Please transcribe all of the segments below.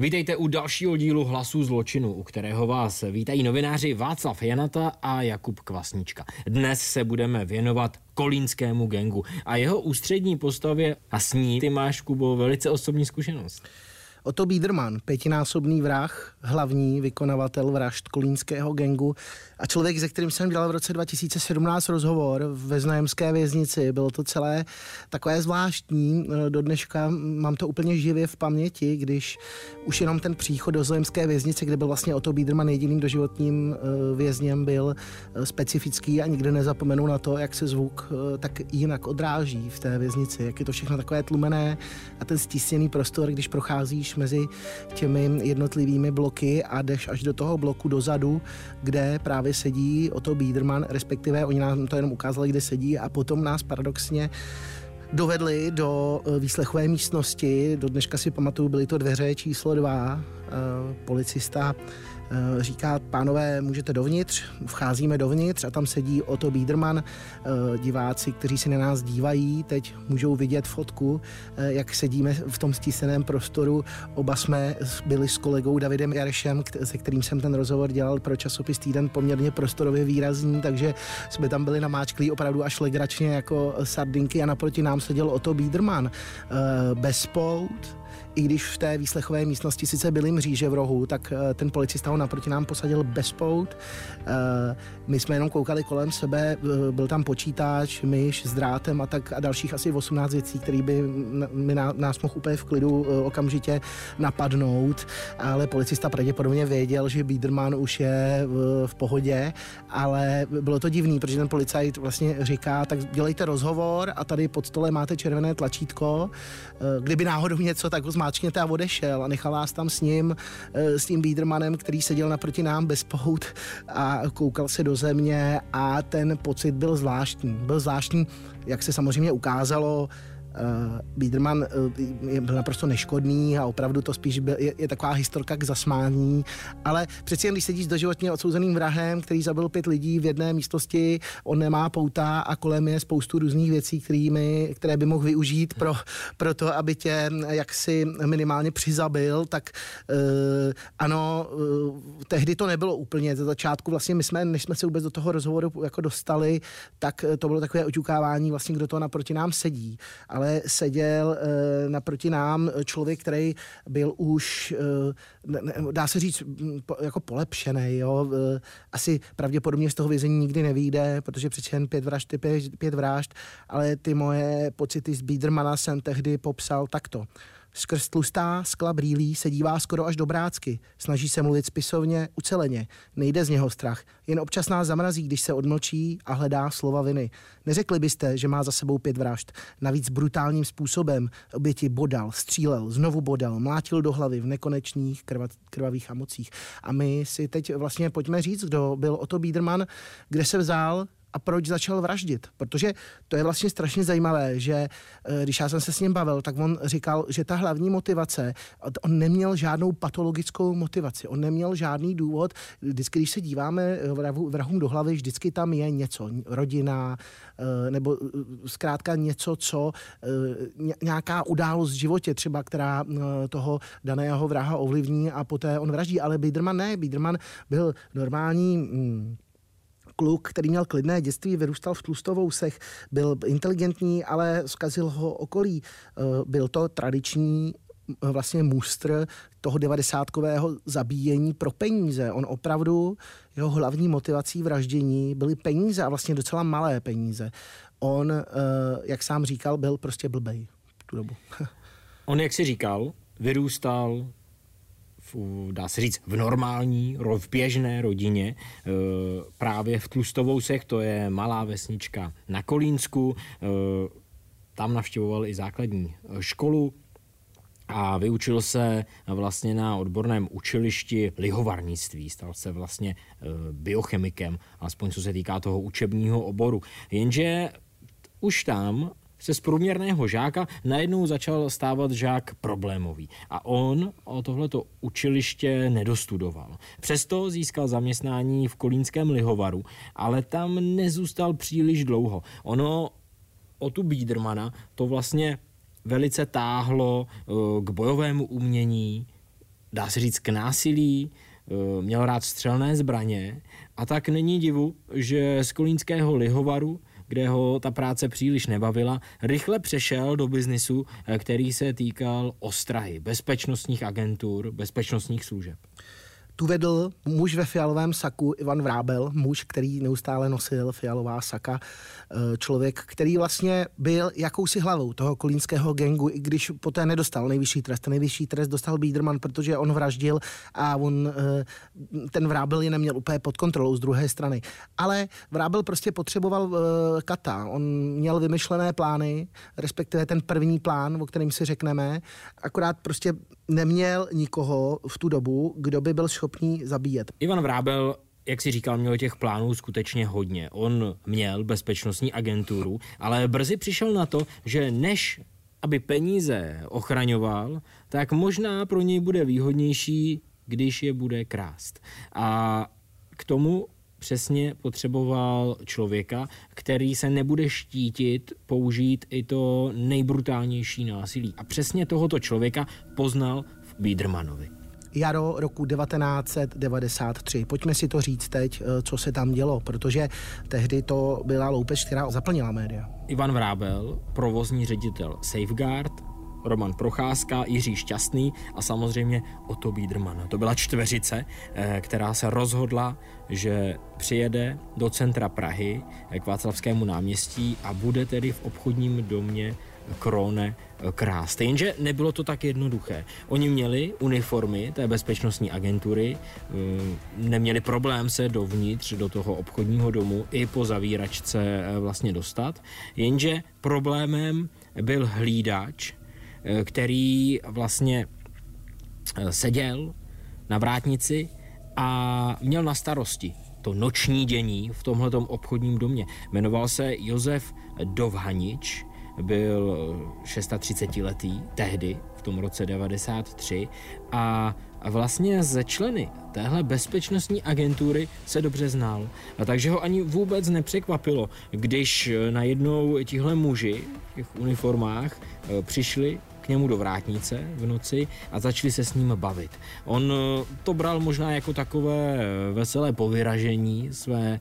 Vítejte u dalšího dílu Hlasů zločinu, u kterého vás vítají novináři Václav Janata a Jakub Kvasnička. Dnes se budeme věnovat kolínskému gangu a jeho ústřední postavě a s ní ty máš, Kubo, velice osobní zkušenost. Otto Biedermann, pětinásobný vrah, hlavní vykonavatel vražd kolínského gangu a člověk, se kterým jsem dělal v roce 2017 rozhovor ve Znojemské věznici. Bylo to celé takové zvláštní. Do dneška mám to úplně živě v paměti, když už jenom ten příchod do Znojemské věznice, kde byl vlastně Otto Biedermann jediným doživotním vězněm, byl specifický a nikdy nezapomenu na to, jak se zvuk tak jinak odráží v té věznici, jak je to všechno takové tlumené a ten stísněný prostor, když procházíš mezi těmi jednotlivými bloky a jdeš až do toho bloku dozadu, kde právě sedí Otto Biedermann, respektive oni nám to jenom ukázali, kde sedí a potom nás paradoxně dovedli do výslechové místnosti. Do dneška si pamatuju, byly to dveře číslo 2. Policista říká, pánové, můžete dovnitř, vcházíme dovnitř a tam sedí Otto Biedermann. Diváci, kteří si na nás dívají, teď můžou vidět fotku, jak sedíme v tom stíseném prostoru. Oba jsme byli s kolegou Davidem Jarešem, se kterým jsem ten rozhovor dělal pro časopis Týden, poměrně prostorově výrazný, takže jsme tam byli namáčklí opravdu až legračně jako sardinky a naproti nám seděl Otto Biedermann bez pout. I když v té výslechové místnosti sice byly mříže v rohu, tak ten policista ho naproti nám posadil bez pout. My jsme jenom koukali kolem sebe, byl tam počítač, myš s drátem a dalších asi 18 věcí, které by nás mohl úplně v klidu okamžitě napadnout, ale policista pravděpodobně věděl, že Biedermann už je v pohodě, ale bylo to divný, protože ten policajt vlastně říká, tak dělejte rozhovor a tady pod stole máte červené tlačítko, kdyby náhodou něco, tak ho zmáčkněte a odešel a nechal nás tam s ním, s tím Biedermannem, který seděl naproti nám bez pout a koukal se do země a ten pocit byl zvláštní. Byl zvláštní, jak se samozřejmě ukázalo, Biedermann byl naprosto neškodný a opravdu to spíš je taková historka k zasmání, ale přeci jen, když sedíš s doživotně odsouzeným vrahem, který zabil 5 lidí v jedné místnosti, on nemá pouta a kolem je spoustu různých věcí, které by mohl využít pro to, aby tě jaksi minimálně přizabil, tak ano, tehdy to nebylo úplně. Za začátku vlastně než jsme se vůbec do toho rozhovoru jako dostali, tak to bylo takové oťukávání vlastně, kdo to naproti nám sedí. Ale seděl naproti nám člověk, který byl už, dá se říct, jako polepšený. Jo? Asi pravděpodobně z toho vězení nikdy nevyjde, protože přece jen 5 vražd, ale ty moje pocity z Biedermanna jsem tehdy popsal takto. Skrz tlustá skla brýlí se dívá skoro až do brácky. Snaží se mluvit spisovně, uceleně. Nejde z něho strach. Jen občas nás zamrazí, když se odmlčí a hledá slova viny. Neřekli byste, že má za sebou 5 vražd. Navíc brutálním způsobem oběti bodal, střílel, znovu bodal, mlátil do hlavy v nekonečných krvavých emocích. A my si teď vlastně pojďme říct, kdo byl Otto Biedermann, kde se vzal a proč začal vraždit. Protože to je vlastně strašně zajímavé, že když já jsem se s ním bavil, tak on říkal, že ta hlavní motivace, on neměl žádnou patologickou motivaci, on neměl žádný důvod. Vždycky, když se díváme vrahům do hlavy, vždycky tam je něco, rodina, nebo zkrátka něco, co nějaká událost v životě třeba, která toho daného vraha ovlivní a poté on vraždí. Ale Biedermann ne, Biedermann byl normální kluk, který měl klidné dětství, vyrůstal v Tlustovousech, byl inteligentní, ale zkazil ho okolí. Byl to tradiční vlastně mustr toho 90kového zabíjení pro peníze. On opravdu, jeho hlavní motivací vraždění byly peníze a vlastně docela malé peníze. On, jak sám říkal, byl prostě blbej v tu dobu. On, jak si říkal, vyrůstal dá se říct, v normální, v běžné rodině, právě v Tlustovousech, to je malá vesnička na Kolínsku, tam navštěvoval i základní školu a vyučil se vlastně na odborném učilišti lihovarnictví, stal se vlastně biochemikem, alespoň co se týká toho učebního oboru. Jenže už tam se z průměrného žáka najednou začal stávat žák problémový. A on o tohleto učiliště nedostudoval. Přesto získal zaměstnání v kolínském lihovaru, ale tam nezůstal příliš dlouho. Ono o tu Biedermanna to vlastně velice táhlo k bojovému umění, dá se říct, k násilí, měl rád střelné zbraně a tak není divu, že z kolínského lihovaru, kde ho ta práce příliš nebavila, rychle přešel do biznisu, který se týkal ostrahy, bezpečnostních agentur, bezpečnostních služeb. Tu vedl muž ve fialovém saku, Ivan Vrábel, muž, který neustále nosil fialová saka, člověk, který vlastně byl jakousi hlavou toho kolínského gangu, i když poté nedostal nejvyšší trest. Ten nejvyšší trest dostal Biedermann, protože on vraždil a ten Vrábel je neměl úplně pod kontrolou z druhé strany. Ale Vrábel prostě potřeboval kata. On měl vymyšlené plány, respektive ten první plán, o kterém si řekneme, akorát prostě neměl nikoho v tu dobu, kdo by byl schopný zabíjet. Ivan Vrábel, jak si říkal, měl těch plánů skutečně hodně. On měl bezpečnostní agenturu, ale brzy přišel na to, že než aby peníze ochraňoval, tak možná pro něj bude výhodnější, když je bude krást. A k tomu přesně potřeboval člověka, který se nebude štítit použít i to nejbrutálnější násilí. A přesně tohoto člověka poznal v Biedermannovi. Jaro roku 1993. Pojďme si to říct teď, co se tam dělo, protože tehdy to byla loupež, která zaplnila média. Ivan Vrábel, provozní ředitel Safeguard, Roman Procházka, Jiří Šťastný a samozřejmě Otto Biedermann. To byla čtveřice, která se rozhodla, že přijede do centra Prahy k Václavskému náměstí a bude tedy v obchodním domě Krone krást. Jenže nebylo to tak jednoduché. Oni měli uniformy té bezpečnostní agentury, neměli problém se dovnitř do toho obchodního domu i po zavíračce vlastně dostat, jenže problémem byl hlídač, který vlastně seděl na vrátnici a měl na starosti to noční dění v tomhletom obchodním domě. Jmenoval se Josef Dovhanič, byl 36letý tehdy, v tom roce 93 a vlastně ze členy téhle bezpečnostní agentury se dobře znal. A takže ho ani vůbec nepřekvapilo, když najednou tihle muži v těch uniformách přišli k němu do vrátnice v noci a začali se s ním bavit. On to bral možná jako takové veselé povyražení své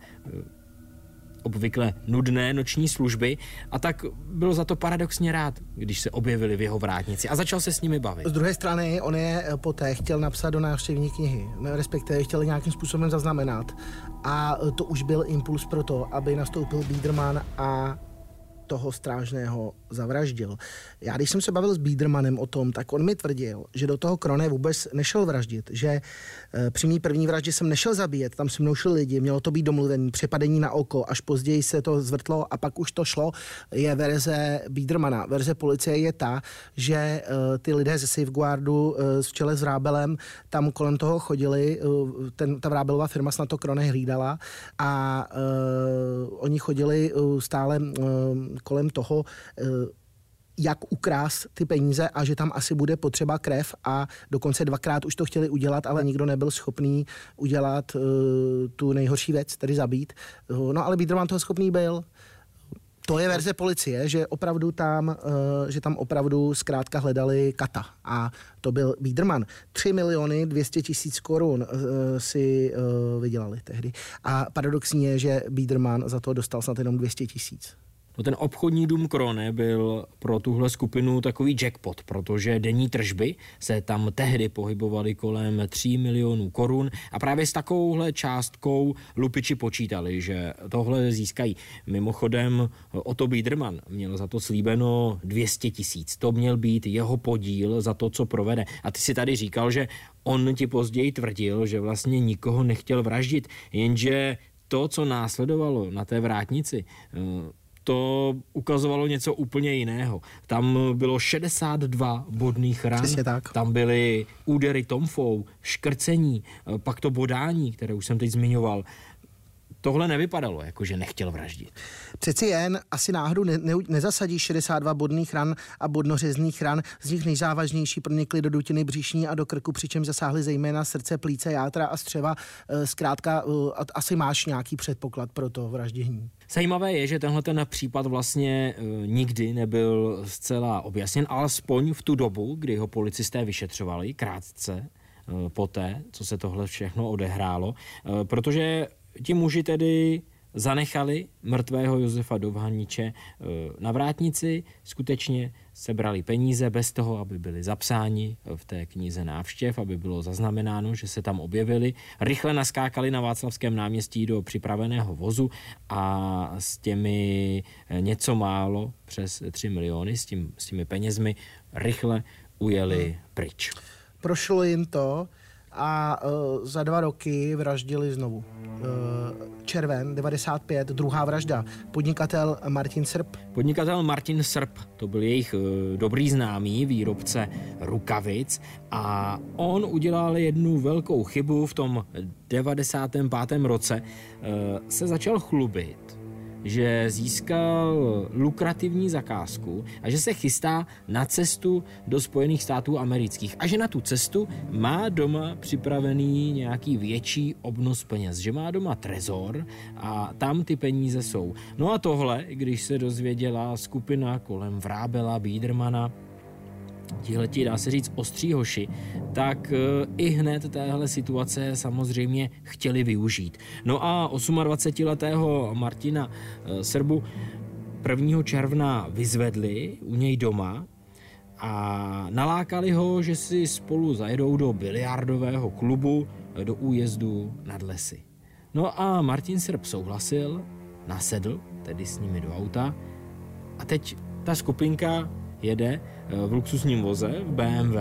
obvykle nudné noční služby a tak byl za to paradoxně rád, když se objevili v jeho vrátnici a začal se s nimi bavit. Z druhé strany on je poté chtěl napsat do návštěvní knihy, respektive chtěl nějakým způsobem zaznamenat a to už byl impuls pro to, aby nastoupil Biedermann a toho strážného zavraždil. Já když jsem se bavil s Biedermannem o tom, tak on mi tvrdil, že do toho Krone vůbec nešel vraždit, že při mý první vraždě jsem nešel zabíjet, tam se mnou šli lidi, mělo to být domluvený, přepadení na oko, až později se to zvrtlo a pak už to šlo, je verze Biedermanna. Verze policie je ta, že ty lidé ze Safeguardu v čele s Vrábelem tam kolem toho chodili, ta Vrábelová firma snad to Krone hlídala a oni chodili stále kolem toho, jak ukrást ty peníze a že tam asi bude potřeba krev a dokonce dvakrát už to chtěli udělat, ale nikdo nebyl schopný udělat tu nejhorší věc, tedy zabít. No ale Biedermann toho schopný byl. To je verze policie, že tam opravdu zkrátka hledali kata a to byl Biedermann. 3 200 000 korun si vydělali tehdy. A paradoxní je, že Biedermann za to dostal snad jenom 200 000. No ten obchodní dům Krone byl pro tuhle skupinu takový jackpot, protože denní tržby se tam tehdy pohybovaly kolem 3 milionů korun a právě s takovouhle částkou lupiči počítali, že tohle získají. Mimochodem Otto Biedermann měl za to slíbeno 200 000. To měl být jeho podíl za to, co provede. A ty si tady říkal, že on ti později tvrdil, že vlastně nikoho nechtěl vraždit, jenže to, co následovalo na té vrátnici, to ukazovalo něco úplně jiného. Tam bylo 62 bodných ran, tam byly údery tomfou, škrcení, pak to bodání, které už jsem teď zmiňoval. Tohle nevypadalo, jako že nechtěl vraždit. Přeci jen asi náhodou nezasadí 62 bodných ran a bodnořezných ran, z nich nejzávažnější pronikly do dutiny břišní a do krku, přičemž zasáhly zejména srdce, plíce, játra a střeva. Zkrátka asi máš nějaký předpoklad pro to vraždění. Zajímavé je, že tenhle ten případ vlastně nikdy nebyl zcela objasněn, alespoň v tu dobu, kdy ho policisté vyšetřovali krátce poté, co se tohle všechno odehrálo, protože ti muži tedy zanechali mrtvého Josefa Dovhaniče na vrátnici, skutečně sebrali peníze bez toho, aby byli zapsáni v té knize návštěv, aby bylo zaznamenáno, že se tam objevili. Rychle naskákali na Václavském náměstí do připraveného vozu a s těmi něco málo přes 3 miliony, s těmi penězmi rychle ujeli pryč. Prošlo jim to a za 2 roky vraždili znovu. Červen 95, druhá vražda. Podnikatel Martin Srb. Podnikatel Martin Srb, to byl jejich dobrý známý, výrobce rukavic, a on udělal jednu velkou chybu v tom 95. roce. Se začal chlubit, že získal lukrativní zakázku a že se chystá na cestu do Spojených států amerických a že na tu cestu má doma připravený nějaký větší obnos peněz, že má doma trezor a tam ty peníze jsou. No a tohle, když se dozvěděla skupina kolem Vrábela, Biedermana, tihleti, dá se říct, ostří hoši, tak i hned téhle situace samozřejmě chtěli využít. No a 28letého Martina Srbu 1. června vyzvedli u něj doma a nalákali ho, že si spolu zajedou do biliardového klubu do Újezdu nad Lesy. No a Martin Srb souhlasil, nasedl tedy s nimi do auta a teď ta skupinka jede v luxusním voze, v BMW,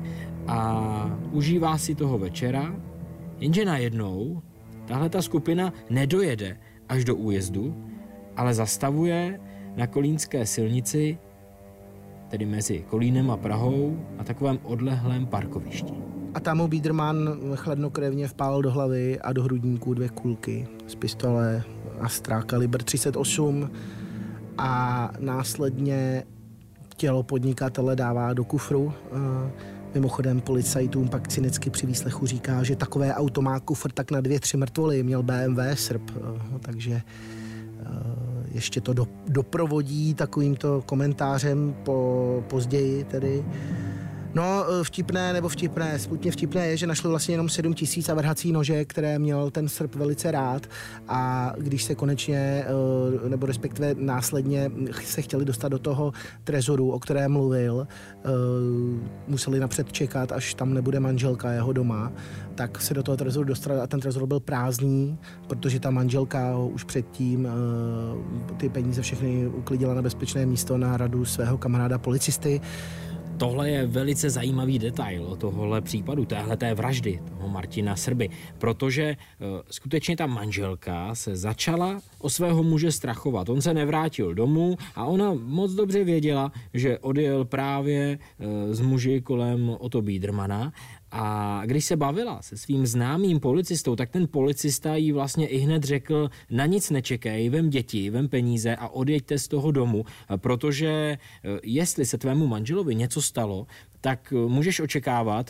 a užívá si toho večera, jenže najednou tahle ta skupina nedojede až do Újezdu, ale zastavuje na kolínské silnici, tedy mezi Kolínem a Prahou, na takovém odlehlém parkovišti. A tam mu Biederman chladnokrevně vpálil do hlavy a do hrudníku 2 kulky z pistole Astra kalibr 38 a následně tělo podnikatele dává do kufru. Mimochodem policajtům pak cynicky při výslechu říká, že takové auto má kufr tak na 2-3 mrtvoly, měl BMW Srb, takže ještě to doprovodí takovýmto komentářem později tedy. No, smutně vtipné je, že našli vlastně jenom 7 000 a vrhací nože, které měl ten Srb velice rád, a když se konečně, nebo respektive následně se chtěli dostat do toho trezoru, o kterém mluvil, museli napřed čekat, až tam nebude manželka jeho doma, tak se do toho trezoru dostali a ten trezor byl prázdný, protože ta manželka ho už předtím ty peníze všechny uklidila na bezpečné místo na radu svého kamaráda policisty. Tohle je velice zajímavý detail tohohle případu, téhleté vraždy toho Martina Srby, protože skutečně ta manželka se začala o svého muže strachovat. On se nevrátil domů a ona moc dobře věděla, že odjel právě s muži kolem Otto Biedermana. A když se bavila se svým známým policistou, tak ten policista jí vlastně i hned řekl: na nic nečekej, vem děti, vem peníze a odjeďte z toho domu, protože jestli se tvému manželovi něco stalo, tak můžeš očekávat,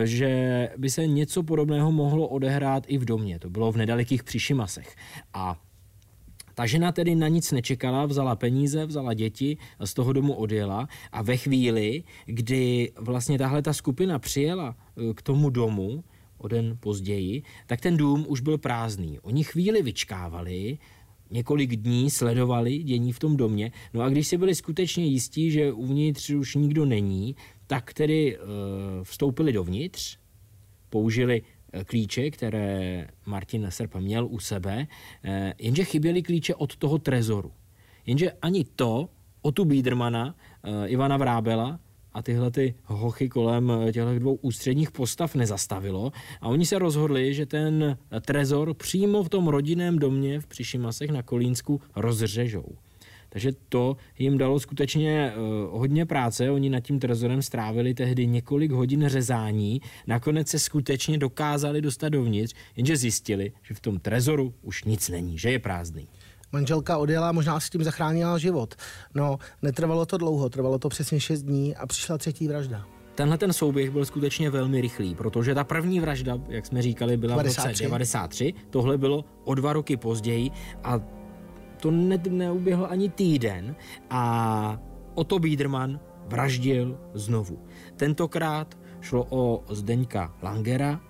že by se něco podobného mohlo odehrát i v domě. To bylo v nedalekých Příšimasech. A ta žena tedy na nic nečekala, vzala peníze, vzala děti, z toho domu odjela a ve chvíli, kdy vlastně tahle ta skupina přijela k tomu domu o den později, tak ten dům už byl prázdný. Oni chvíli vyčkávali, několik dní sledovali dění v tom domě, no a když si byli skutečně jistí, že uvnitř už nikdo není, tak tedy vstoupili dovnitř, použili klíče, které Martin Srb měl u sebe, jenže chyběly klíče od toho trezoru. Jenže ani to Ottu Biedermana, Ivana Vrábela a tyhle ty hochy kolem těchto 2 ústředních postav nezastavilo a oni se rozhodli, že ten trezor přímo v tom rodinném domě v Příšimasech na Kolínsku rozřežou. Takže to jim dalo skutečně hodně práce, oni nad tím trezorem strávili tehdy několik hodin řezání, nakonec se skutečně dokázali dostat dovnitř, jenže zjistili, že v tom trezoru už nic není, že je prázdný. Manželka odjela, možná si tím zachránila život. No, netrvalo to dlouho, trvalo to přesně 6 dní a přišla 3. vražda. Tenhle ten souběh byl skutečně velmi rychlý, protože ta první vražda, jak jsme říkali, byla v roce 93, tohle bylo o 2 roky později a to neuběhl ani týden a Otto Biederman vraždil znovu. Tentokrát Šlo o Zdeňka Langera,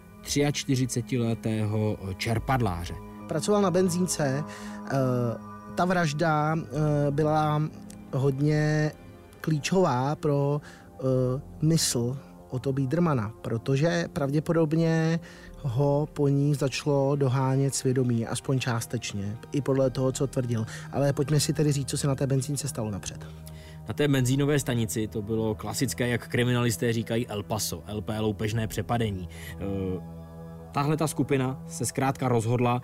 43letého čerpadláře. Pracoval na benzínce. Ta vražda byla hodně klíčová pro mysl Otto Biedermana, protože pravděpodobně ho po ní začalo dohánět svědomí, aspoň částečně, i podle toho, co tvrdil. Ale pojďme si tedy říct, co se na té benzínce stalo napřed. Na té benzínové stanici to bylo klasické, jak kriminalisté říkají, El Paso, LP, loupežné přepadení. Tahle ta skupina se zkrátka rozhodla,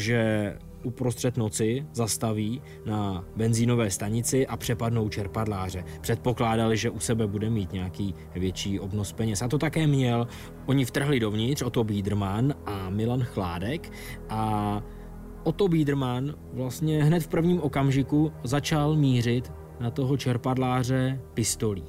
že uprostřed noci zastaví na benzínové stanici a přepadnou čerpadláře. Předpokládali, že u sebe bude mít nějaký větší obnos peněz. A to také měl. Oni vtrhli dovnitř, Otto Biederman a Milan Chládek, a Otto Biederman vlastně hned v prvním okamžiku začal mířit na toho čerpadláře pistolí.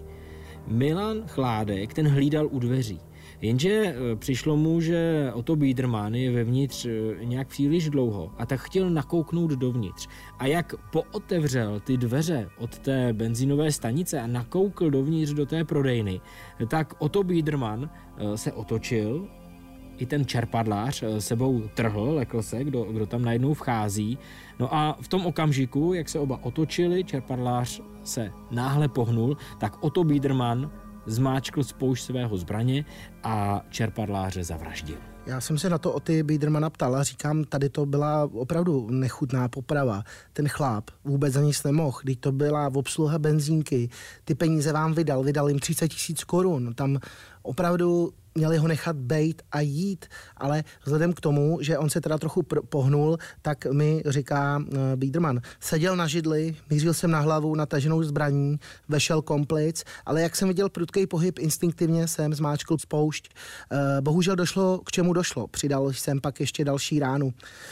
Milan Chládek ten hlídal u dveří. Jenže přišlo mu, že Otto Biederman je vevnitř nějak příliš dlouho a tak chtěl nakouknout dovnitř. A jak pootevřel ty dveře od té benzínové stanice a nakoukl dovnitř do té prodejny, tak Otto Biederman se otočil, i ten čerpadlář sebou trhl, lekl se, kdo tam najednou vchází. No a v tom okamžiku, jak se oba otočili, čerpadlář se náhle pohnul, tak Otto Biederman zmáčkl spoušť svého zbraně a čerpadláře zavraždil. Já jsem se na to Otty Biedermana ptal a říkám, tady to byla opravdu nechutná poprava. Ten chlap vůbec za nic nemohl, když to byla obsluha benzínky, ty peníze vám vydal jim 30 000 korun, tam opravdu měli ho nechat bejt a jít, ale vzhledem k tomu, že on se teda trochu pohnul, tak mi říká Biederman, seděl na židli, mířil jsem na hlavu nataženou zbraní, vešel komplic, ale jak jsem viděl prudký pohyb, instinktivně jsem zmáčkl spoušť. Bohužel došlo, k čemu došlo. Přidal jsem pak ještě další ránu.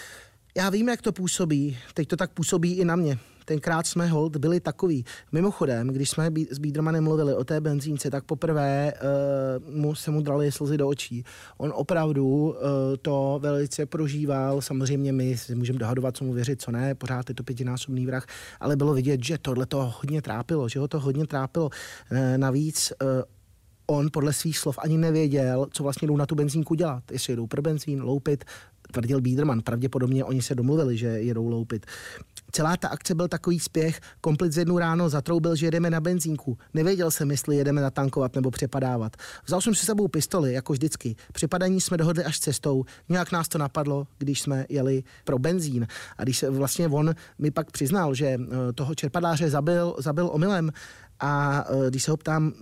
Já vím, jak to působí, teď to tak působí i na mě. Tenkrát jsme hold byli takový. Mimochodem, když jsme s Biedermanem mluvili o té benzínce, tak poprvé se mu draly slzy do očí. On opravdu to velice prožíval. Samozřejmě my si můžeme dohadovat, co mu věřit, co ne. Pořád je to 5násobný vrah, ale bylo vidět, že tohle to hodně trápilo, že ho to hodně trápilo. Navíc on podle svých slov ani nevěděl, co vlastně jdou na tu benzínku dělat. Jestli jedou pro benzín, loupit, tvrdil Biederman. Pravděpodobně oni se domluvili, že jedou loupit. Celá ta akce byl takový spěch, komplic jednou ráno zatroubil, že jedeme na benzínku. Nevěděl jsem, jestli jedeme natankovat nebo přepadávat. Vzal jsem si sebou pistoli, jako vždycky. Přepadání jsme dohodli až cestou. Nějak nás to napadlo, když jsme jeli pro benzín. A když se vlastně on mi pak přiznal, že toho čerpadláře zabil omylem, a když se ho ptám,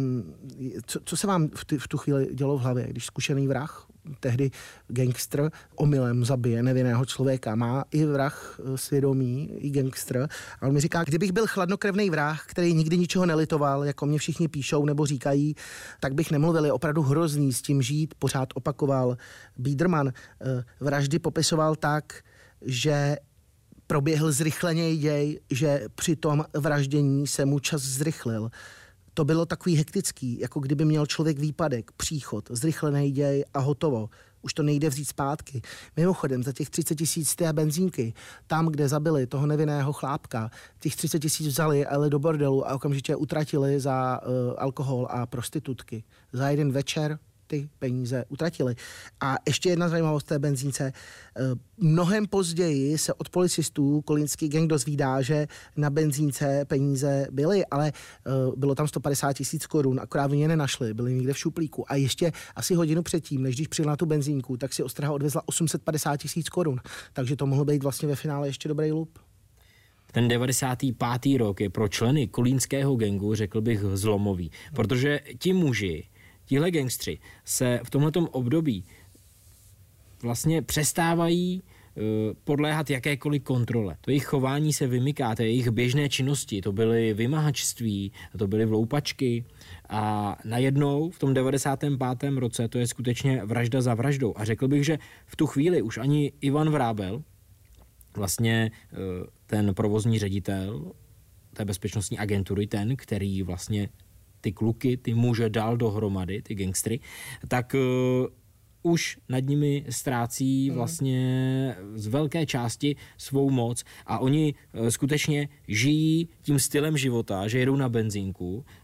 co se vám v tu chvíli dělo v hlavě, když zkušený vrah, tehdy gangster, omylem zabije nevinného člověka, má i vrah svědomí, i gangster. A on mi říká, kdybych byl chladnokrevný vrah, který nikdy ničeho nelitoval, jako mě všichni píšou nebo říkají, tak bych nemluvil, je opravdu hrozný s tím žít, pořád opakoval. Biederman vraždy popisoval tak, že proběhl zrychleně děj, že při tom vraždění se mu čas zrychlil. To bylo takový hektický, jako kdyby měl člověk výpadek, příchod, zrychlený děj a hotovo. Už to nejde vzít zpátky. Mimochodem, za těch 30 000 té benzínky, tam, kde zabili toho nevinného chlápka, těch 30 000 vzali, ale do bordelu a okamžitě utratili za alkohol a prostitutky. Za jeden večer ty peníze utratili. A ještě jedna zajímavost té benzínce. Mnohem později se od policistů kolínský gang dozvídá, že na benzínce peníze byly, ale bylo tam 150 000 korun, akorát v ně nenašli, byly někde v šuplíku. A ještě asi hodinu předtím, než když přijel na tu benzínku, tak si ostraha odvezla 850 000 korun. Takže to mohlo být vlastně ve finále ještě dobrý lup. Ten 95. rok je pro členy kolínského gangu, řekl bych, zlomový, protože ti muži, tihle gangstři se v tomhletom období vlastně přestávají podléhat jakékoliv kontrole. To jejich chování se vymyká, to jejich běžné činnosti, to byly vymahačství, to byly vloupačky a najednou v tom 95. roce to je skutečně vražda za vraždou. A řekl bych, že v tu chvíli už ani Ivan Vrábel, vlastně ten provozní ředitel té bezpečnostní agentury, ten, který vlastně ty kluky, ty muže dal dohromady, ty gangstry, tak už nad nimi ztrácí vlastně z velké části svou moc a oni skutečně žijí tím stylem života, že jedou na benzínku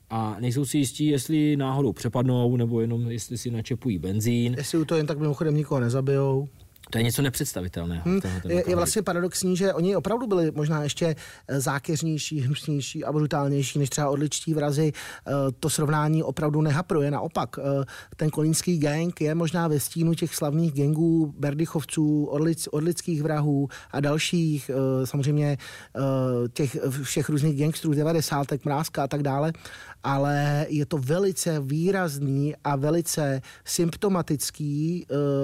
a nejsou si jistí, jestli náhodou přepadnou, nebo jenom jestli si načepují benzín. Jestli u toho jen tak mimochodem nikoho nezabijou. To je něco nepředstavitelného. Je vlastně paradoxní, že oni opravdu byli možná ještě zákeřnější, hnusnější a brutálnější než třeba orličtí vrazi. To srovnání opravdu nehapruje, naopak. Ten kolínský gang je možná ve stínu těch slavných gangů berdychovců, orlických vrahů a dalších, samozřejmě těch všech různých gangstrů, 90. Mrázka a tak dále, ale je to velice výrazný a velice symptomatický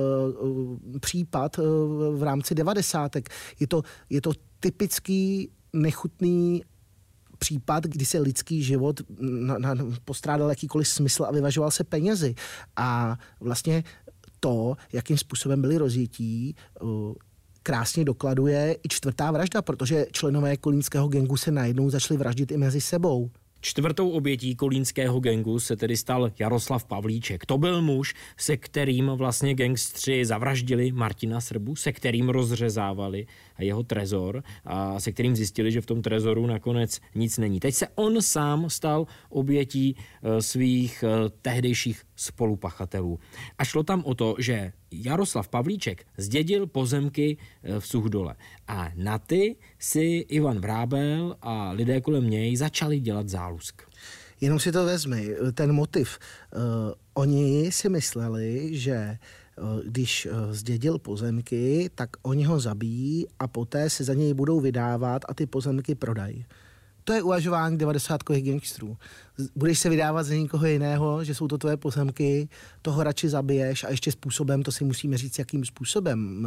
případ v rámci 90. Je to typický nechutný případ, kdy se lidský život postrádal jakýkoliv smysl a vyvažoval se penězi. A vlastně to, jakým způsobem byli rozjetí, krásně dokladuje i 4. vražda, protože členové kolínského gangu se najednou začali vraždit i mezi sebou. 4. obětí kolínského gangu se tedy stal Jaroslav Pavlíček. To byl muž, se kterým vlastně gangstři zavraždili Martina Srbu, se kterým rozřezávali jeho trezor a se kterým zjistili, že v tom trezoru nakonec nic není. Teď se on sám stal obětí svých tehdejších spolupachatelů. A šlo tam o to, že Jaroslav Pavlíček zdědil pozemky v Suchdole. A na ty si Ivan Vrábel a lidé kolem něj začali dělat zálusk. Jenom si to vezmi, ten motiv. Oni si mysleli, že když zdědil pozemky, tak oni ho zabijí a poté se za něj budou vydávat a ty pozemky prodají. To je uvažování 90kových gangstrů. Budeš se vydávat za někoho jiného, že jsou to tvoje pozemky, toho radši zabiješ a ještě způsobem, to si musíme říct, jakým způsobem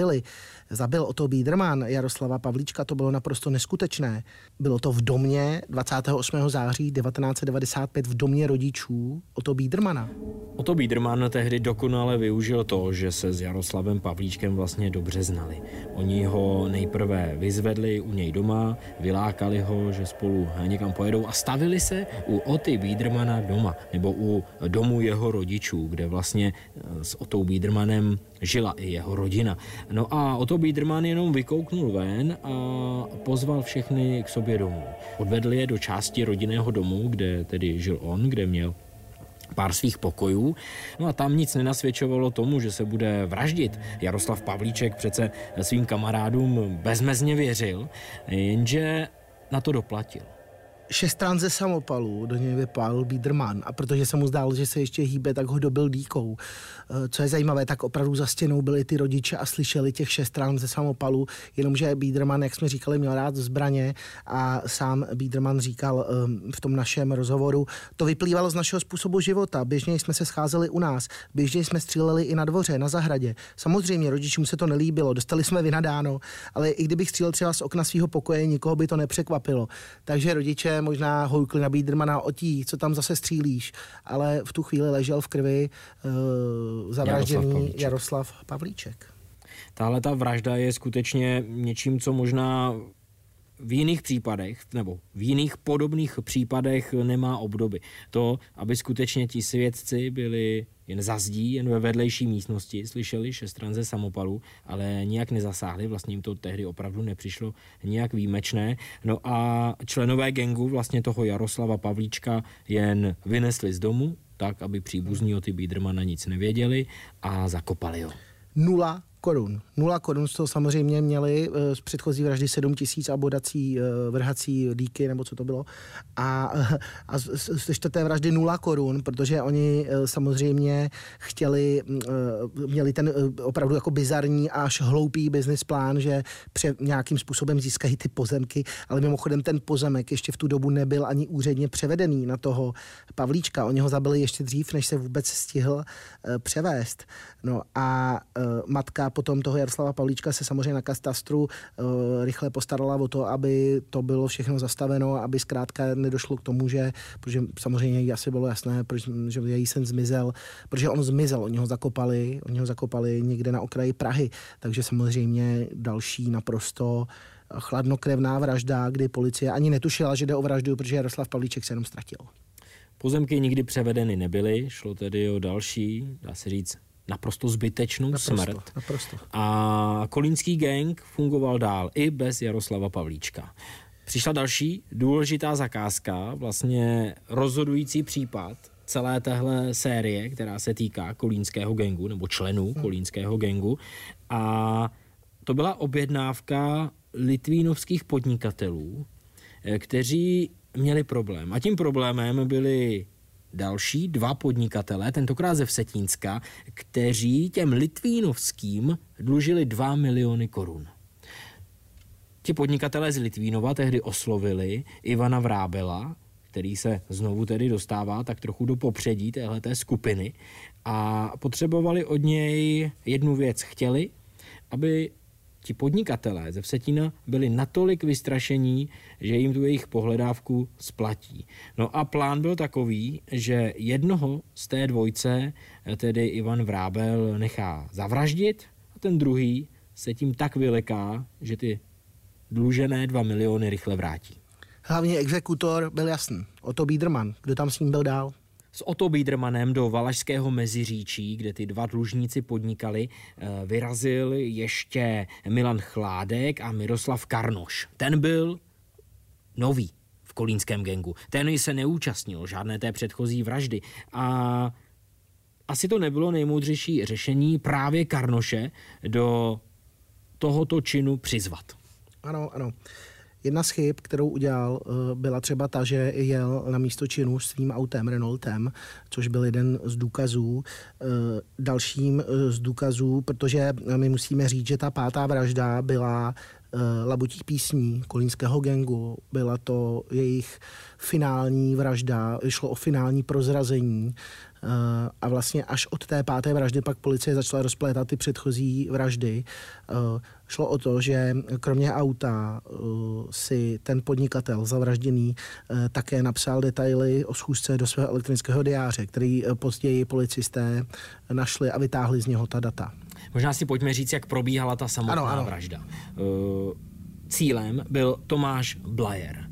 zabil Otto Biedermann Jaroslava Pavlíčka, to bylo naprosto neskutečné. Bylo to v domě 28. září 1995 v domě rodičů Otto Biedermanna. Otto Biedermann tehdy dokonale využil to, že se s Jaroslavem Pavlíčkem vlastně dobře znali. Oni ho nejprve vyzvedli u něj doma, vylákali ho, že spolu někam pojedou a stavili se u Otty Biedermanna doma, nebo u domu jeho rodičů, kde vlastně s Ottou Biedermannem žila i jeho rodina. No a Otto Biedermann jenom vykouknul ven a pozval všechny k sobě domů. Odvedl je do části rodinného domu, kde tedy žil on, kde měl pár svých pokojů. No a tam nic nenasvědčovalo tomu, že se bude vraždit. Jaroslav Pavlíček přece svým kamarádům bezmezně věřil, jenže na to doplatil. 6 stran ze samopalu do něj vypálil Biedermann a protože se mu zdálo, že se ještě hýbe, tak ho dobil dýkou. Co je zajímavé, tak opravdu za stěnou byli ty rodiče a slyšeli těch 6 stran ze samopalu, jenomže Biedermann, jak jsme říkali, měl rád zbraně a sám Biedermann říkal v tom našem rozhovoru, to vyplývalo z našeho způsobu života. Běžně jsme se scházeli u nás, běžně jsme stříleli i na dvoře, na zahradě. Samozřejmě rodičům se to nelíbilo, dostali jsme vynadáno, ale i kdybych střílel třeba z okna svého pokoje, nikoho by to nepřekvapilo. Takže rodiče možná houkli na Biedermanna, otí, co tam zase střílíš, ale v tu chvíli ležel v krvi zavražděný Jaroslav Pavlíček. Tahle ta vražda je skutečně něčím, co možná v jiných případech, nebo v jiných podobných případech nemá obdoby. To, aby skutečně ti svědci byli jen za zdí, jen ve vedlejší místnosti, slyšeli 6 stran ze samopalu, ale nijak nezasáhli, vlastně jim to tehdy opravdu nepřišlo nijak výjimečné. No a členové gangu vlastně toho Jaroslava Pavlíčka jen vynesli z domu, tak, aby příbuzní Otty Biedermanna nic nevěděli a zakopali ho. 0 korun. 0 korun z toho samozřejmě měli z předchozí vraždy 7 000 a bodací vrhací díky, nebo co to bylo. A z 4. vraždy 0 korun, protože oni samozřejmě měli ten opravdu jako bizarní až hloupý business plán, že nějakým způsobem získají ty pozemky, ale mimochodem ten pozemek ještě v tu dobu nebyl ani úředně převedený na toho Pavlíčka. Oni ho zabili ještě dřív, než se vůbec stihl převést. No a matka potom toho Jaroslava Pavlíčka se samozřejmě na katastru rychle postarala o to, aby to bylo všechno zastaveno, aby zkrátka nedošlo k tomu, že, protože samozřejmě jí asi bylo jasné, že její syn zmizel, protože on zmizel, oni ho zakopali někde na okraji Prahy, takže samozřejmě další naprosto chladnokrevná vražda, kdy policie ani netušila, že jde o vraždu, protože Jaroslav Pavlíček se jenom ztratil. Pozemky nikdy převedeny nebyly, šlo tedy o další, dá se říct, naprosto zbytečnou smrt. Naprosto. A kolínský gang fungoval dál i bez Jaroslava Pavlíčka. Přišla další důležitá zakázka, vlastně rozhodující případ celé téhle série, která se týká kolínského gangu, nebo členů kolínského gangu. A to byla objednávka litvínovských podnikatelů, kteří měli problém. A tím problémem byli další dva podnikatelé, tentokrát ze Vsetínska, kteří těm litvínovským dlužili 2 miliony korun. Ti podnikatelé z Litvínova tehdy oslovili Ivana Vrábela, který se znovu tedy dostává tak trochu do popředí téhleté skupiny, a potřebovali od něj jednu věc. Chtěli, aby ti podnikatelé ze Vsetína byli natolik vystrašení, že jim tu jejich pohledávku splatí. No a plán byl takový, že jednoho z té dvojce, tedy Ivan Vrábel, nechá zavraždit a ten druhý se tím tak vyleká, že ty dlužené 2 miliony rychle vrátí. Hlavně exekutor byl jasný. Otto Biedermann. Kdo tam s ním byl dál? S Otto Biedermannem do Valašského Meziříčí, kde ty dva dlužníci podnikali, vyrazil ještě Milan Chládek a Miroslav Karnoš. Ten byl nový v kolínském gangu. Ten se neúčastnil žádné té předchozí vraždy a asi to nebylo nejmoudřejší řešení právě Karnoše do tohoto činu přizvat. Ano. Jedna z chyb, kterou udělal, byla třeba ta, že jel na místo činu svým autem, Renaultem, což byl jeden z důkazů. Dalším z důkazů, protože my musíme říct, že ta pátá vražda byla Labutí písní kolínského gangu. Byla to jejich finální vražda, šlo o finální prozrazení. A vlastně až od té páté vraždy pak policie začala rozplétat ty předchozí vraždy. Šlo o to, že kromě auta si ten podnikatel zavražděný také napsal detaily o schůzce do svého elektronického diáře, který později policisté našli a vytáhli z něho ta data. Možná si pojďme říct, jak probíhala ta samotná vražda. Cílem byl Tomáš Blajer,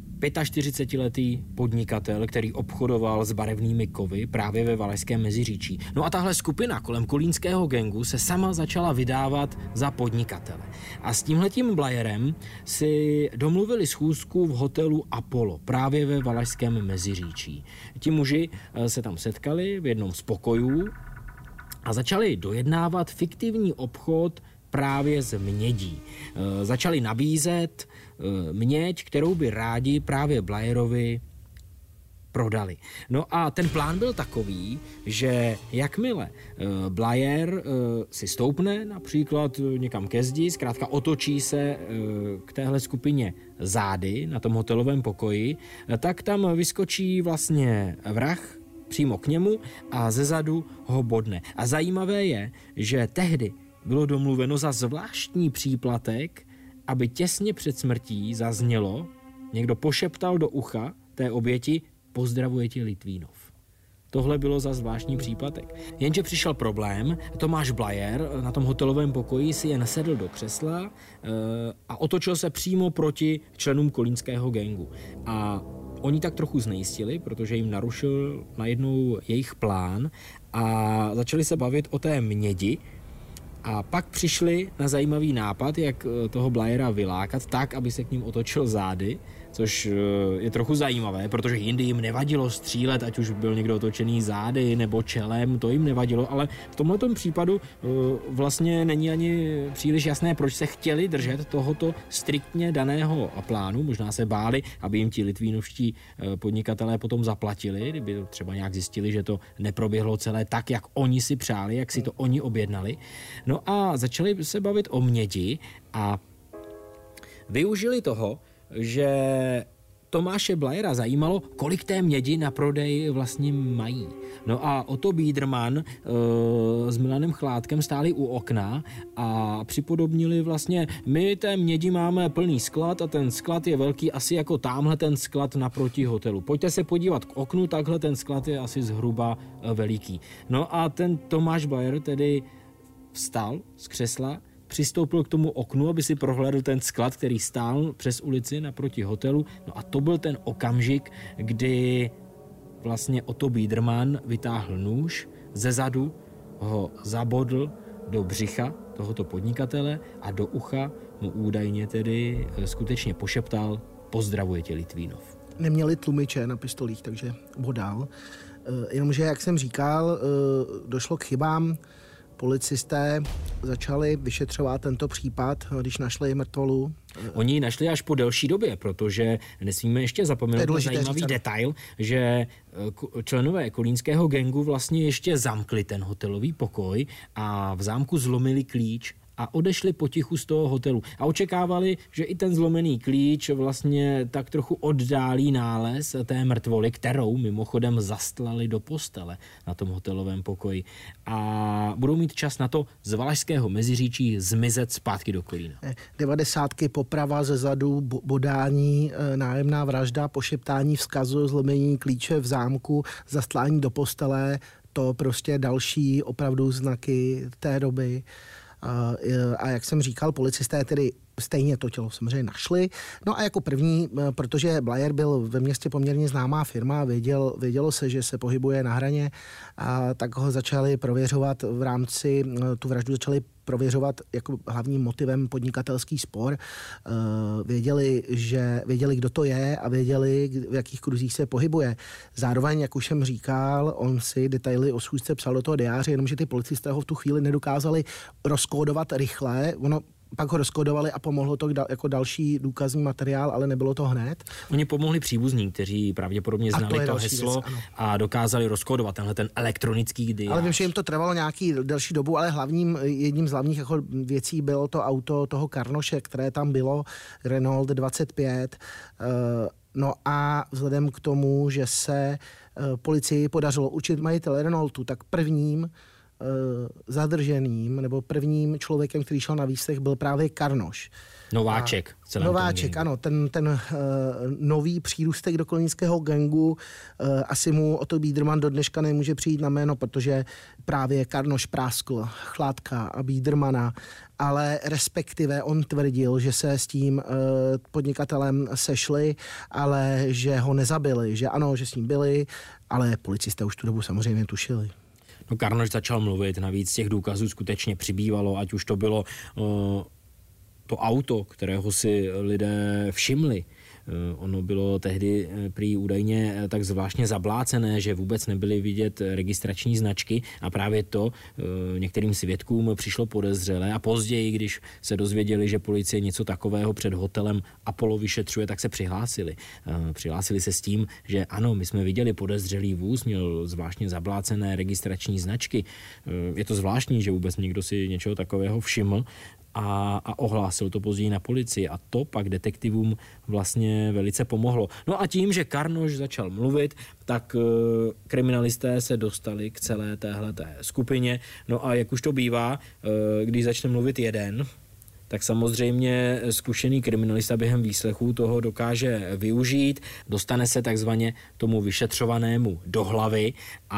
45letý podnikatel, který obchodoval s barevnými kovy právě ve Valašském Meziříčí. No a tahle skupina kolem kolínského gangu se sama začala vydávat za podnikatele. A s tímhletím Blajerem si domluvili schůzku v hotelu Apollo, právě ve Valašském Meziříčí. Ti muži se tam setkali v jednom z pokojů a začali dojednávat fiktivní obchod právě z mědí. Začali nabízet měď, kterou by rádi právě Blajerovi prodali. No a ten plán byl takový, že jakmile Blajer si stoupne například někam ke zdi, zkrátka otočí se k téhle skupině zády na tom hotelovém pokoji, tak tam vyskočí vlastně vrah přímo k němu a zezadu ho bodne. A zajímavé je, že tehdy bylo domluveno za zvláštní příplatek, aby těsně před smrtí zaznělo, někdo pošeptal do ucha té oběti: pozdravuje tě Litvínov. Tohle bylo za zvláštní příplatek. Jenže přišel problém, Tomáš Blajer na tom hotelovém pokoji si jen sedl do křesla a otočil se přímo proti členům kolínského gangu. A oni tak trochu znejistili, protože jim narušil najednou jejich plán a začali se bavit o té mědi. A pak přišli na zajímavý nápad, jak toho Blajera vylákat tak, aby se k ním otočil zády, což je trochu zajímavé, protože jindy jim nevadilo střílet, ať už byl někdo otočený zády nebo čelem, to jim nevadilo, ale v tomhletom případu vlastně není ani příliš jasné, proč se chtěli držet tohoto striktně daného plánu. Možná se báli, aby jim ti litvínovští podnikatelé potom zaplatili, kdyby třeba nějak zjistili, že to neproběhlo celé tak, jak oni si přáli, jak si to oni objednali. No a začali se bavit o mědi a využili toho, že Tomáše Blajera zajímalo, kolik té mědi na prodej vlastně mají. No a Otto Biedermann s Milanem Chládkem stáli u okna a připodobnili vlastně, my té mědi máme plný sklad a ten sklad je velký asi jako támhle ten sklad naproti hotelu. Pojďte se podívat k oknu, takhle ten sklad je asi zhruba veliký. No a ten Tomáš Blajer tedy vstal z křesla, přistoupil k tomu oknu, aby si prohlédl ten sklad, který stál přes ulici naproti hotelu. No a to byl ten okamžik, kdy vlastně Otto Biedermann vytáhl nůž, zezadu ho zabodl do břicha tohoto podnikatele a do ucha mu údajně tedy skutečně pošeptal: Pozdravuje tě Litvínov. Neměli tlumiče na pistolích, takže bodal. Jenomže, jak jsem říkal, došlo k chybám. Policisté začali vyšetřovat tento případ, když našli mrtvolu. Oni ji našli až po delší době, protože nesmíme ještě zapomenout na zajímavý detail, že členové kolínského gangu vlastně ještě zamkli ten hotelový pokoj a v zámku zlomili klíč a odešli potichu z toho hotelu. A očekávali, že i ten zlomený klíč vlastně tak trochu oddálí nález té mrtvoly, kterou mimochodem zastlali do postele na tom hotelovém pokoji. A budou mít čas na to z Valašského Meziříčí zmizet zpátky do Kolína. 90, poprava ze zadu, bodání, nájemná vražda, pošeptání vzkazu, zlomení klíče v zámku, zastlání do postele, to prostě další opravdu znaky té doby. A jak jsem říkal, policisté tedy stejně to tělo samozřejmě našli. No a jako první, protože Blair byl ve městě poměrně známá firma, vědělo se, že se pohybuje na hraně, a tak ho začali prověřovat v rámci, tu vraždu začali prověřovat jako hlavním motivem podnikatelský spor. Věděli, kdo to je a věděli, v jakých kruzích se pohybuje. Zároveň, jak už jsem říkal, on si detaily o schůzce psal do toho diáře, jenomže ty policisté ho v tu chvíli nedokázali rozkódovat rychle. Pak ho rozkodovali a pomohlo to jako další důkazní materiál, ale nebylo to hned. Oni pomohli příbuzní, kteří pravděpodobně znali to heslo a dokázali rozkodovat tenhle ten elektronický diář. Ale vím, že jim to trvalo nějaký delší dobu, ale jedním z hlavních jako věcí bylo to auto toho Karnoše, které tam bylo, Renault 25. No a vzhledem k tomu, že se policii podařilo určit majitele Renaultu, tak prvním zadrženým nebo prvním člověkem, který šel na výslech, byl právě Karnoš. Nováček. Nováček, ano. Ten nový přírůstek do kolínského gangu, asi mu Otto Biedermann do dneška nemůže přijít na jméno, protože právě Karnoš práskl Chládka a Biedermana, ale respektive on tvrdil, že se s tím podnikatelem sešli, ale že ho nezabili, že ano, že s ním byli, ale policisté už tu dobu samozřejmě tušili. No, Karnoš začal mluvit, navíc těch důkazů skutečně přibývalo, ať už to bylo to auto, kterého si lidé všimli. Ono bylo tehdy prý údajně tak zvláštně zablácené, že vůbec nebyly vidět registrační značky a právě to některým svědkům přišlo podezřelé a později, když se dozvěděli, že policie něco takového před hotelem Apollo vyšetřuje, tak se přihlásili. Přihlásili se s tím, že ano, my jsme viděli podezřelý vůz, měl zvláštně zablácené registrační značky. Je to zvláštní, že vůbec někdo si něčeho takového všiml a ohlásil to později na policii a to pak detektivům vlastně velice pomohlo. No a tím, že Karnoš začal mluvit, tak kriminalisté se dostali k celé téhleté skupině. No a jak už to bývá, když začne mluvit jeden, tak samozřejmě zkušený kriminalista během výslechu toho dokáže využít, dostane se takzvaně tomu vyšetřovanému do hlavy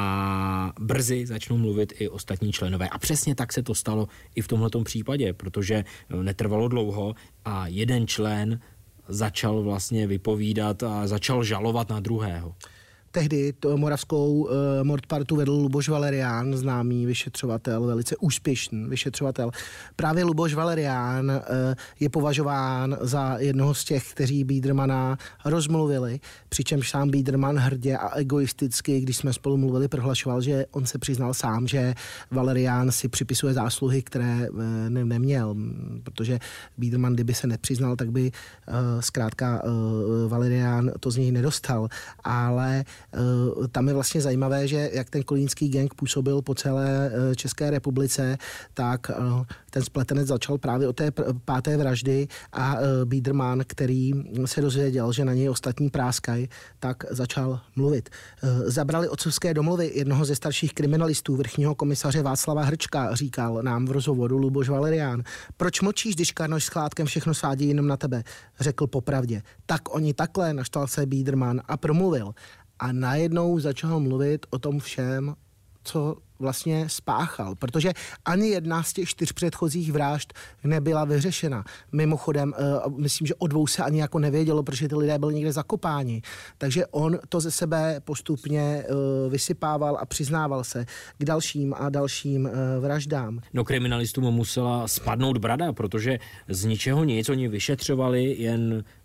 a brzy začnou mluvit i ostatní členové. A přesně tak se to stalo i v tomhletom případě, protože netrvalo dlouho a jeden člen začal vlastně vypovídat a začal žalovat na druhého. Tehdy moravskou mordpartu vedl Luboš Valerián, známý vyšetřovatel, velice úspěšný vyšetřovatel. Právě Luboš Valerián je považován za jednoho z těch, kteří Biedermana rozmluvili, přičemž sám Biedermann hrdě a egoisticky, když jsme spolu mluvili, prohlašoval, že on se přiznal sám, že Valerián si připisuje zásluhy, které neměl, protože Biedermann, kdyby se nepřiznal, tak by zkrátka Valerián to z něj nedostal. Ale tam je vlastně zajímavé, že jak ten kolínský gang působil po celé České republice, tak ten spletenec začal právě od té páté vraždy a Biedermann, který se dozvěděl, že na něj ostatní práskají, tak začal mluvit. Zabrali otcovské domluvy jednoho ze starších kriminalistů, vrchního komisaře Václava Hrčka, říkal nám v rozhovoru Luboš Valerián. Proč mlčíš, když Karnoš s Chládkem všechno svádí jenom na tebe? Řekl popravdě. Tak oni takhle, naštval se Biedermann a promluvil. A najednou začal mluvit o tom všem, co vlastně spáchal, protože ani jedna z těch 4 předchozích vražd nebyla vyřešena. Mimochodem, myslím, že o 2 se ani jako nevědělo, protože ty lidé byli někde zakopáni. Takže on to ze sebe postupně vysypával a přiznával se k dalším a dalším vraždám. No, kriminalistům musela spadnout brada, protože z ničeho nic oni vyšetřovali jen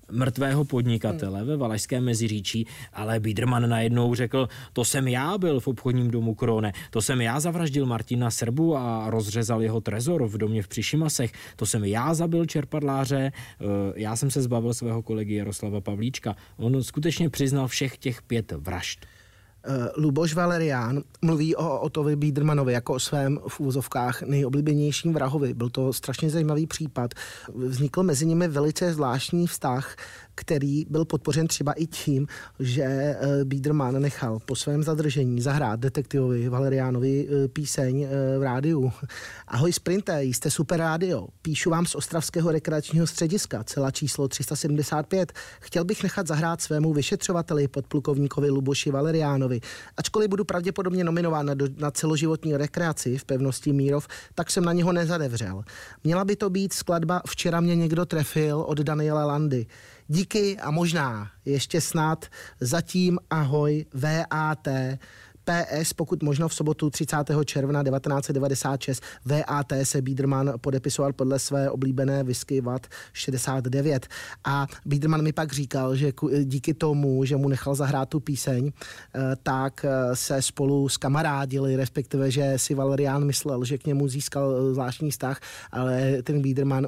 mrtvého podnikatele ve Valašském Meziříčí, ale Biedermann najednou řekl, to jsem já byl v obchodním domu Krone, to jsem já zavraždil Martina Srbu a rozřezal jeho trezor v domě v Přišimasech, to jsem já zabil čerpadláře, já jsem se zbavil svého kolegy Jaroslava Pavlíčka. On skutečně přiznal všech těch 5 vražd. Luboš Valerián mluví o Ottovi Biedermannovi jako o svém v úvozovkách nejoblíbenějším vrahovi. Byl to strašně zajímavý případ. Vznikl mezi nimi velice zvláštní vztah, který byl podpořen třeba i tím, že Biedermann nechal po svém zadržení zahrát detektivovi Valeriánovi píseň v rádiu. Ahoj Sprinte, jste super rádio. Píšu vám z Ostravského rekreačního střediska, celá číslo 375. Chtěl bych nechat zahrát svému vyšetřovateli podplukovníkovi Luboši Valeriánovi. Ačkoliv budu pravděpodobně nominován na celoživotní rekreaci v pevnosti Mírov, tak jsem na něho nezadevřel. Měla by to být skladba Včera mě někdo trefil od Daniela Landy. Díky a možná ještě snad zatím ahoj VAT. PS, pokud možno v sobotu 30. června 1996 VAT se Biedermann podepisoval podle své oblíbené whisky VAT 69. A Biedermann mi pak říkal, že díky tomu, že mu nechal zahrát tu píseň, tak se spolu skamarádili, respektive, že si Valerián myslel, že k němu získal zvláštní vztah, ale ten Biedermann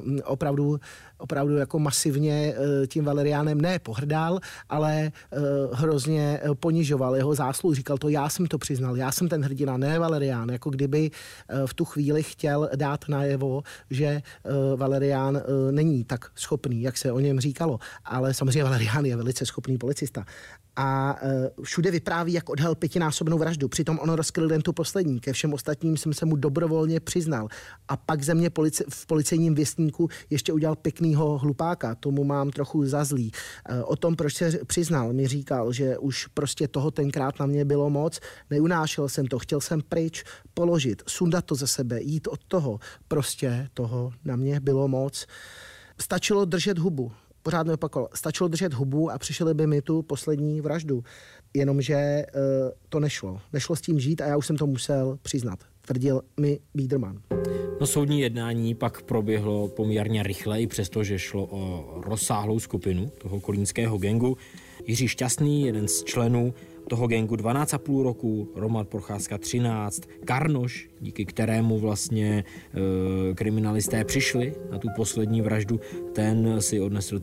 opravdu jako masivně tím Valeriánem ne pohrdal, ale hrozně ponižoval jeho zásluhu. Říkal to, já jsem to přiznal, já jsem ten hrdina, ne Valerián. Jako kdyby v tu chvíli chtěl dát najevo, že Valerián není tak schopný, jak se o něm říkalo. Ale samozřejmě Valerián je velice schopný policista. A všude vypráví, jak odhalil 5násobnou vraždu. Přitom on rozkryl jen tu poslední. Ke všem ostatním jsem se mu dobrovolně přiznal. A pak ze mě v policejním věstníku ještě udělal pěknýho hlupáka. Tomu mám trochu za zlý. O tom, proč se přiznal, mi říkal, že už prostě toho tenkrát na mě bylo moc. Neunášel jsem to, chtěl jsem pryč, položit, sundat to ze sebe, jít od toho. Prostě toho na mě bylo moc. Stačilo držet hubu. Pořád neopakoval. Stačilo držet hubu a přišli by mi tu poslední vraždu. Jenomže to nešlo. Nešlo s tím žít a já už jsem to musel přiznat. Tvrdil mi Biedermann. No, soudní jednání pak proběhlo poměrně rychle, i přestože šlo o rozsáhlou skupinu toho kolínského gangu. Jiří Šťastný, jeden z členů toho gangu, 12,5 roku, Roman Procházka 13, Karnoš, díky kterému vlastně kriminalisté přišli na tu poslední vraždu, ten si odnesl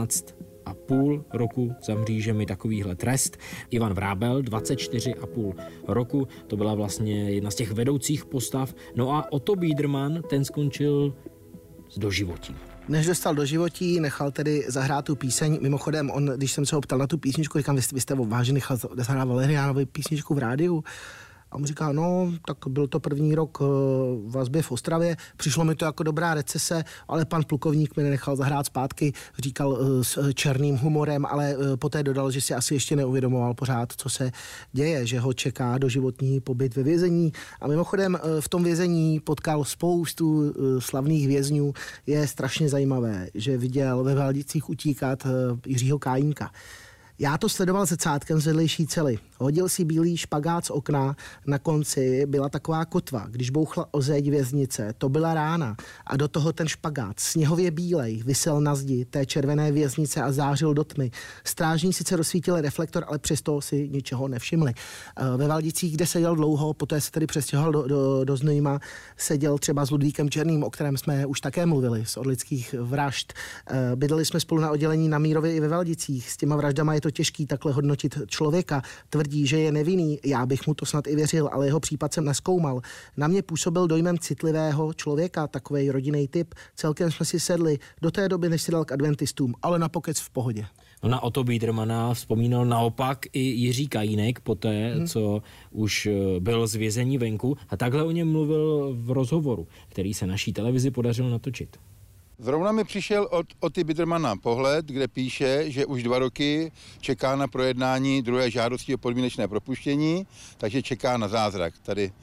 13,5 roku za mřížemi, takovýhle trest. Ivan Vrábel, 24,5 roku, to byla vlastně jedna z těch vedoucích postav. No a Otto Biedermann, ten skončil s doživotí. Než dostal do životí, nechal tedy zahrát tu píseň. Mimochodem, když jsem se ho ptal na tu písničku, říkám, vy jste vážně nechal zahrát Valeriánovi písničku v rádiu. A on říká, no, tak byl to první rok v vazbě v Ostravě, přišlo mi to jako dobrá recese, ale pan plukovník mi nenechal zahrát zpátky, říkal s černým humorem, ale poté dodal, že si asi ještě neuvědomoval pořád, co se děje, že ho čeká doživotní pobyt ve vězení. A mimochodem v tom vězení potkal spoustu slavných vězňů. Je strašně zajímavé, že viděl ve Valdicích utíkat Jiřího Kajínka. Já to sledoval se cátkem z vedlejší cely. Hodil si bílý špagát z okna, na konci byla taková kotva. Když bouchla o zeď věznice, to byla rána. A do toho ten špagát, sněhově bílej, visel na zdi té červené věznice a zářil do tmy. Strážní sice rozsvítili reflektor, ale přesto si ničeho nevšimli. Ve Valdicích, kde seděl dlouho, poté se tedy přestěhoval do Znojma, seděl třeba s Ludvíkem Černým, o kterém jsme už také mluvili, z orlických vražd. Bydleli jsme spolu na oddělení na Mírově i ve Valdicích. S těma vraždama je to těžký takhle hodnotit člověka. Tvrdí, že je nevinný, já bych mu to snad i věřil, ale jeho případ jsem nezkoumal. Na mě působil dojmem citlivého člověka, takovej rodinný typ. Celkem jsme si sedli do té doby, než si dal k adventistům, ale na pokec v pohodě. No, na Otto Biedermanna vzpomínal naopak i Jiří Kajínek poté, co už byl z vězení venku, a takhle o něm mluvil v rozhovoru, který se naší televizi podařilo natočit. Zrovna mi přišel od Otty Biedermanna pohled, kde píše, že už 2 roky čeká na projednání druhé žádosti o podmínečné propuštění, takže čeká na zázrak. Tady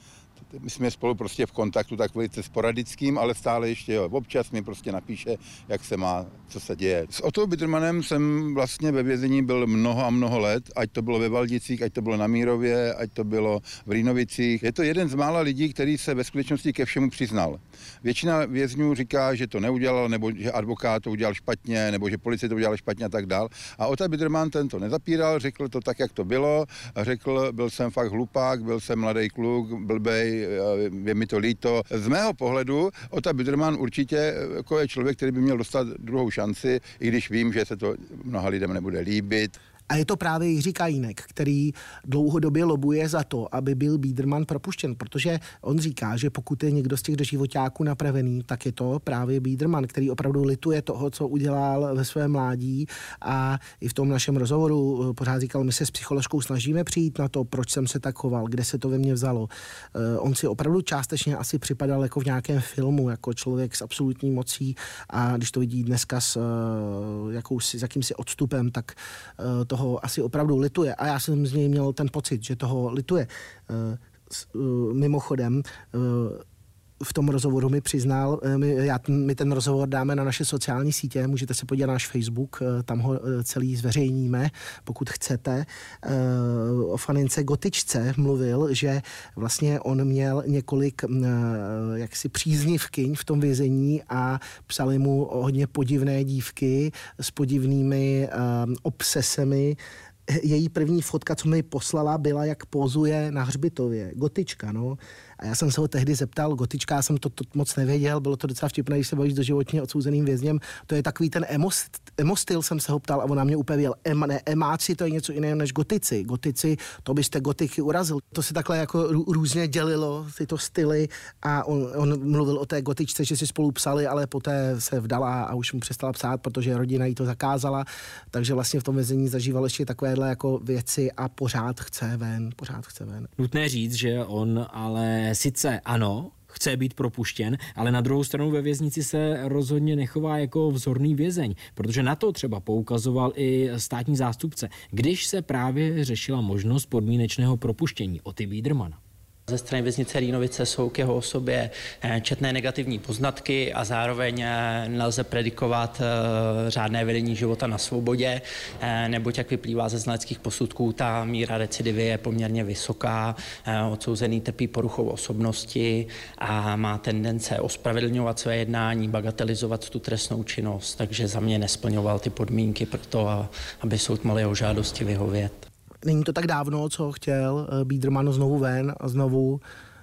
My jsme spolu prostě v kontaktu tak velice sporadickým, ale stále ještě občas mi prostě napíše, jak se má, co se děje. S Ottou Biedermannem jsem vlastně ve vězení byl mnoho a mnoho let, ať to bylo ve Valdicích, ať to bylo na Mírově, ať to bylo v Rýnovicích. Je to jeden z mála lidí, který se ve skutečnosti ke všemu přiznal. Většina vězňů říká, že to neudělal, nebo že advokát to udělal špatně, nebo že policie to udělala špatně a tak dál. A Otta Biedermann ten to nezapíral, řekl to tak, jak to bylo, a řekl, byl jsem fakt hlupák, byl jsem mladý kluk, blbej, je mi to líto. Z mého pohledu Otta Biedermann určitě jako je člověk, který by měl dostat druhou šanci, i když vím, že se to mnoha lidem nebude líbit. A je to právě Jiří Kajínek, který dlouhodobě lobuje za to, aby byl Biedermann propuštěn, protože on říká, že pokud je někdo z těch živoťáků napravený, tak je to právě Biedermann, který opravdu lituje toho, co udělal ve svém mládí, a i v tom našem rozhovoru pořád říkal, my se s psycholožkou snažíme přijít na to, proč jsem se tak choval, kde se to ve mně vzalo. On si opravdu částečně asi připadal jako v nějakém filmu, jako člověk s absolutní mocí, a když to vidí dneska s jakýmsi odstupem, tak toho asi opravdu lituje. A já jsem z něj měl ten pocit, že toho lituje. Mimochodem, v tom rozhovoru mi přiznal, my ten rozhovor dáme na naše sociální sítě, můžete se podívat na náš Facebook, tam ho celý zveřejníme, pokud chcete. O fanince Gotičce mluvil, že vlastně on měl několik jaksi příznivkyň v tom vězení a psali mu hodně podivné dívky s podivnými obsesemi. Její první fotka, co mi poslala, byla, jak pozuje na hřbitově. Gotička, no. A já jsem se ho tehdy zeptal, Gotička, já jsem to moc nevěděl, bylo to docela vtipné, když se bavíš doživotně odsouzeným vězněm. To je takový ten emo-styl, jsem se ho ptal, a on na mě úplně věděl. Emáci, to je něco jiného než gotici. Gotici, to byste gotiky urazil. To se takhle jako různě dělilo, tyto styly, a on mluvil o té Gotičce, že si spolu psali, ale poté se vdala a už mu přestala psát, protože rodina jí to zakázala. Takže vlastně v tom vězení zažíval ještě takovéhle jako věci a pořád chce ven. Nutné říct, že on ale sice ano, chce být propuštěn, ale na druhou stranu ve věznici se rozhodně nechová jako vzorný vězeň, protože na to třeba poukazoval i státní zástupce, když se právě řešila možnost podmínečného propuštění Otty Biedermanna. Ze strany věznice Rýnovice jsou k jeho osobě četné negativní poznatky a zároveň nelze predikovat řádné vedení života na svobodě, neboť jak vyplývá ze znaleckých posudků, ta míra recidivy je poměrně vysoká, odsouzený trpí poruchou osobnosti a má tendence ospravedlňovat své jednání, bagatelizovat tu trestnou činnost, takže za mě nesplňoval ty podmínky pro to, aby soud mohl jeho žádosti vyhovět. Není to tak dávno, co chtěl Biedermann znovu ven a znovu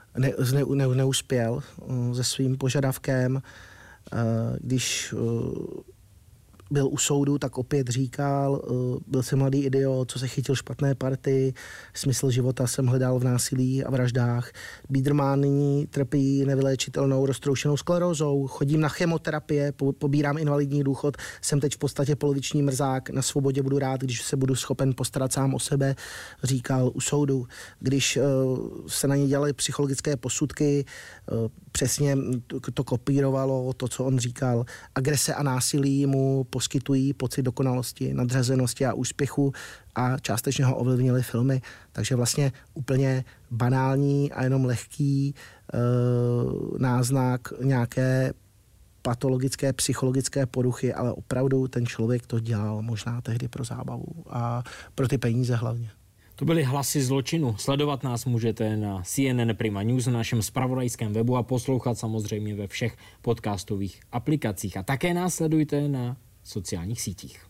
neuspěl se svým požadavkem. Když byl u soudu, tak opět říkal, byl jsem mladý idiot, co se chytil špatné party, smysl života jsem hledal v násilí a vraždách. Biedermann nyní trpí nevyléčitelnou roztroušenou sklerózou, chodím na chemoterapie, pobírám invalidní důchod, jsem teď v podstatě poloviční mrzák, na svobodě budu rád, když se budu schopen postarat sám o sebe, říkal u soudu. Když se na ně dělaly psychologické posudky, přesně to kopírovalo to, co on říkal. Agrese a násilí mu poskytují pocit dokonalosti, nadřazenosti a úspěchu a částečně ho ovlivnily filmy. Takže vlastně úplně banální a jenom lehký náznak nějaké patologické, psychologické poruchy, ale opravdu ten člověk to dělal možná tehdy pro zábavu a pro ty peníze hlavně. To byly hlasy zločinu. Sledovat nás můžete na CNN Prima News, na našem zpravodajském webu a poslouchat samozřejmě ve všech podcastových aplikacích. A také nás sledujte na sociálních sítích.